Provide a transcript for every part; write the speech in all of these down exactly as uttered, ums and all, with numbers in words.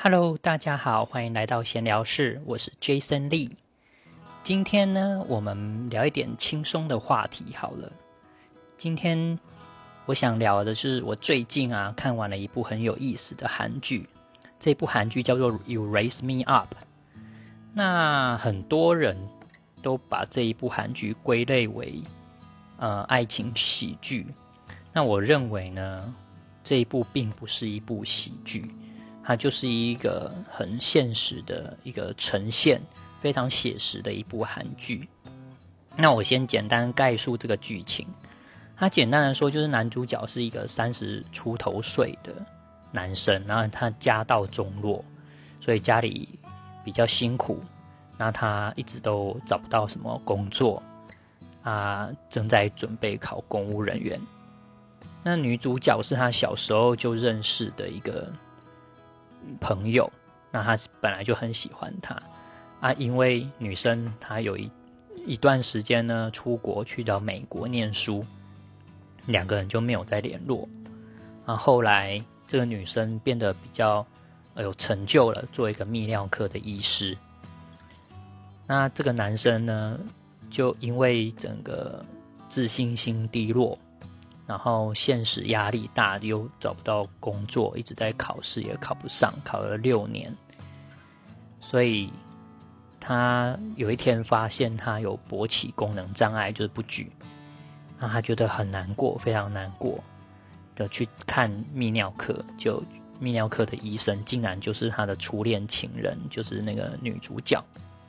Hello，大家好，欢迎来到闲聊室，我是 Jason Lee。今天呢，我们聊一点轻松的话题好了。今天我想聊的是我最近啊看完了一部很有意思的韩剧，这部韩剧叫做《You Raise Me Up》。那很多人都把这一部韩剧归类为呃爱情喜剧。那我认为呢，这一部并不是一部喜剧。它就是一个很现实的一个呈现，非常写实的一部韩剧。那我先简单概述这个剧情。它简单的说，就是男主角是一个三十出头岁的男生，然后他家道中落，所以家里比较辛苦，那他一直都找不到什么工作啊，正在准备考公务人员。那女主角是他小时候就认识的一个朋友，那他本来就很喜欢他啊，因为女生她有一一段时间呢出国去到美国念书，两个人就没有再联络。啊，后来这个女生变得比较有成就了，做一个泌尿科的医师。那这个男生呢，就因为整个自信心低落，然后现实压力大，又找不到工作，一直在考试也考不上，考了六年。所以他有一天发现他有勃起功能障碍，就是不举。那他觉得很难过，非常难过的去看泌尿科，就泌尿科的医生竟然就是他的初恋情人，就是那个女主角。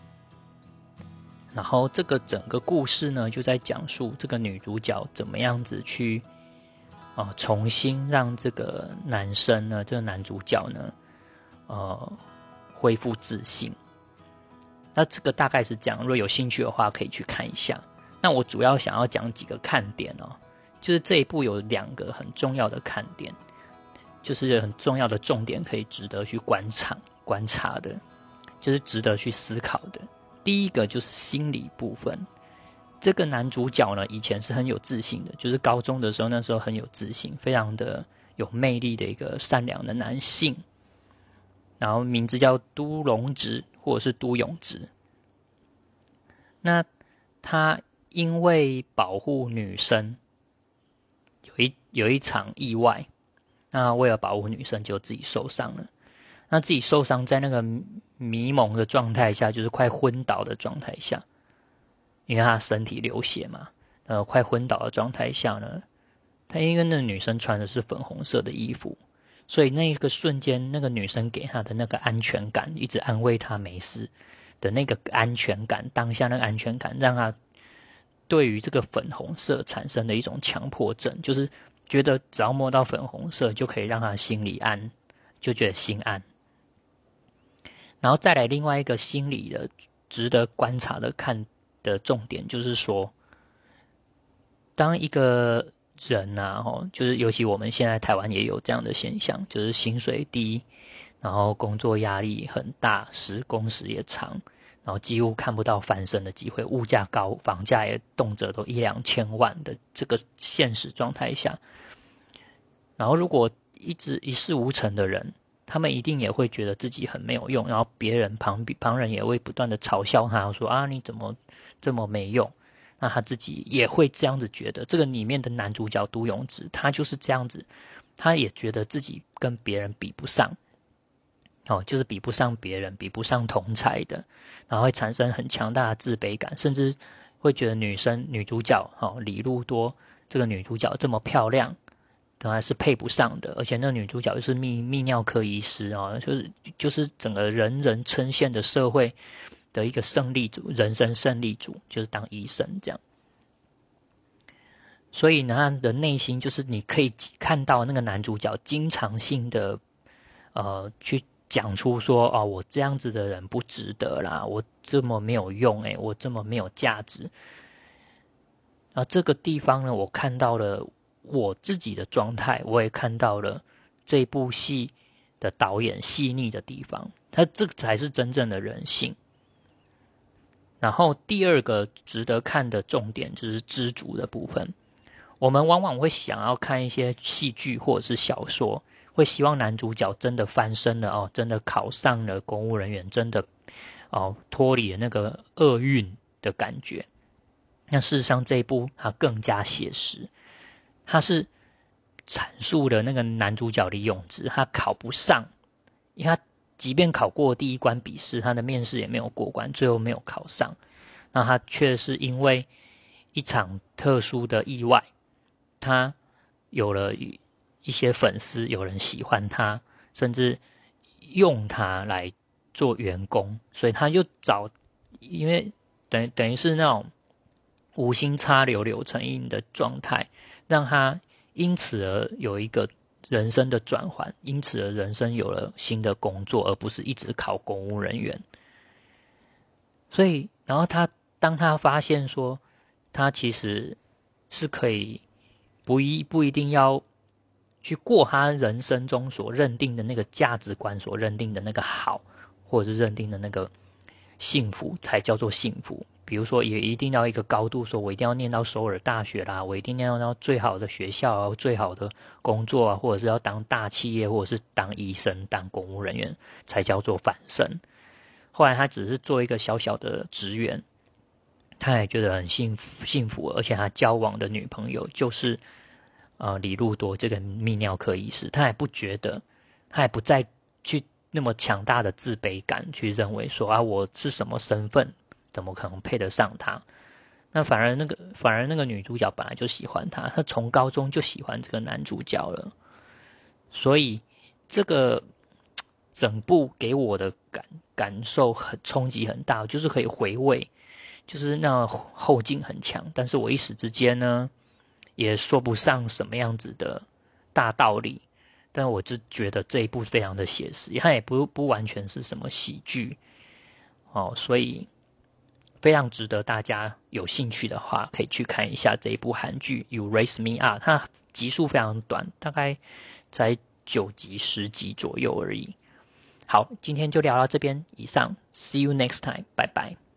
然后这个整个故事呢，就在讲述这个女主角怎么样子去呃，重新让这个男生呢，这个男主角呢，呃，恢复自信。那这个大概是这样，如果有兴趣的话，可以去看一下。那我主要想要讲几个看点哦，就是这一部有两个很重要的看点，就是很重要的重点，可以值得去观察观察的，就是值得去思考的。第一个就是心理部分。这个男主角呢，以前是很有自信的，就是高中的时候，那时候很有自信，非常的有魅力的一个善良的男性。然后名字叫都隆植，或者是都永植。那他因为保护女生，有一有一场意外，那为了保护女生，就自己受伤了。那自己受伤，在那个迷蒙的状态下，就是快昏倒的状态下。因为他身体流血嘛，呃，快昏倒的状态下呢，他因为那个女生穿的是粉红色的衣服，所以那一个瞬间，那个女生给他的那个安全感，一直安慰他没事的那个安全感，当下那个安全感，让他对于这个粉红色产生了一种强迫症，就是觉得只要摸到粉红色就可以让他心里安，就觉得心安。然后再来另外一个心理的值得观察的看的重点就是说，当一个人啊，就是尤其我们现在台湾也有这样的现象，就是薪水低，然后工作压力很大，时工时也长，然后几乎看不到翻身的机会，物价高，房价也动辄都一两千万的这个现实状态下，然后如果一直一事无成的人，他们一定也会觉得自己很没有用，然后别人旁旁人也会不断的嘲笑他，说啊你怎么这么没用？那他自己也会这样子觉得。这个里面的男主角都永植，他就是这样子，他也觉得自己跟别人比不上，哦，就是比不上别人，比不上同才的，然后会产生很强大的自卑感，甚至会觉得女生女主角哦李路多这个女主角这么漂亮。当然是配不上的，而且那女主角就是泌泌尿科医师啊，就是就是整个人人称羡的社会的一个胜利组，人生胜利组，就是当医生这样。所以呢，他的内心就是你可以看到那个男主角经常性的呃去讲出说哦，我这样子的人不值得啦，我这么没有用诶、欸，我这么没有价值。啊，这个地方呢，我看到了我自己的状态，我也看到了这部戏的导演细腻的地方，他这个才是真正的人性。然后第二个值得看的重点就是知足的部分。我们往往会想要看一些戏剧或者是小说， 会希望男主角真的翻身了哦，真的考上了公务人员，真的哦脱离了那个厄运的感觉。那事实上这一部它更加写实，它是阐述了那个男主角李永芝他考不上，因为他即便考过第一关笔试，他的面试也没有过关，最后没有考上。那他却是因为一场特殊的意外，他有了一些粉丝，有人喜欢他，甚至用他来做员工，所以他就找，因为等等于是那种无心插柳柳成荫的状态，让他因此而有一个人生的转换，因此而人生有了新的工作，而不是一直考公务人员。所以，然后他当他发现说，他其实是可以不一不一定要去过他人生中所认定的那个价值观，所认定的那个好，或者是认定的那个幸福才叫做幸福。比如说也一定要一个高度，说我一定要念到首尔大学啦，我一定要到最好的学校啊，最好的工作啊，或者是要当大企业，或者是当医生、当公务人员才叫做翻身。后来他只是做一个小小的职员，他也觉得很幸福幸福，而且他交往的女朋友就是呃李路多这个泌尿科医师，他也不觉得，他也不再去那么强大的自卑感去认为说啊我是什么身份，怎么可能配得上他？那反而那个反而那个女主角本来就喜欢他，她从高中就喜欢这个男主角了，所以这个整部给我的感感受很冲击很大，就是可以回味，就是那后劲很强，但是我一时之间呢也说不上什么样子的大道理，但我就觉得这一部非常的写实，它也不不完全是什么喜剧哦，所以非常值得大家有兴趣的话，可以去看一下这一部韩剧《You Raise Me Up》，它集数非常短，大概才九集、十集左右而已。好，今天就聊到这边，以上 ，See you next time， 拜拜。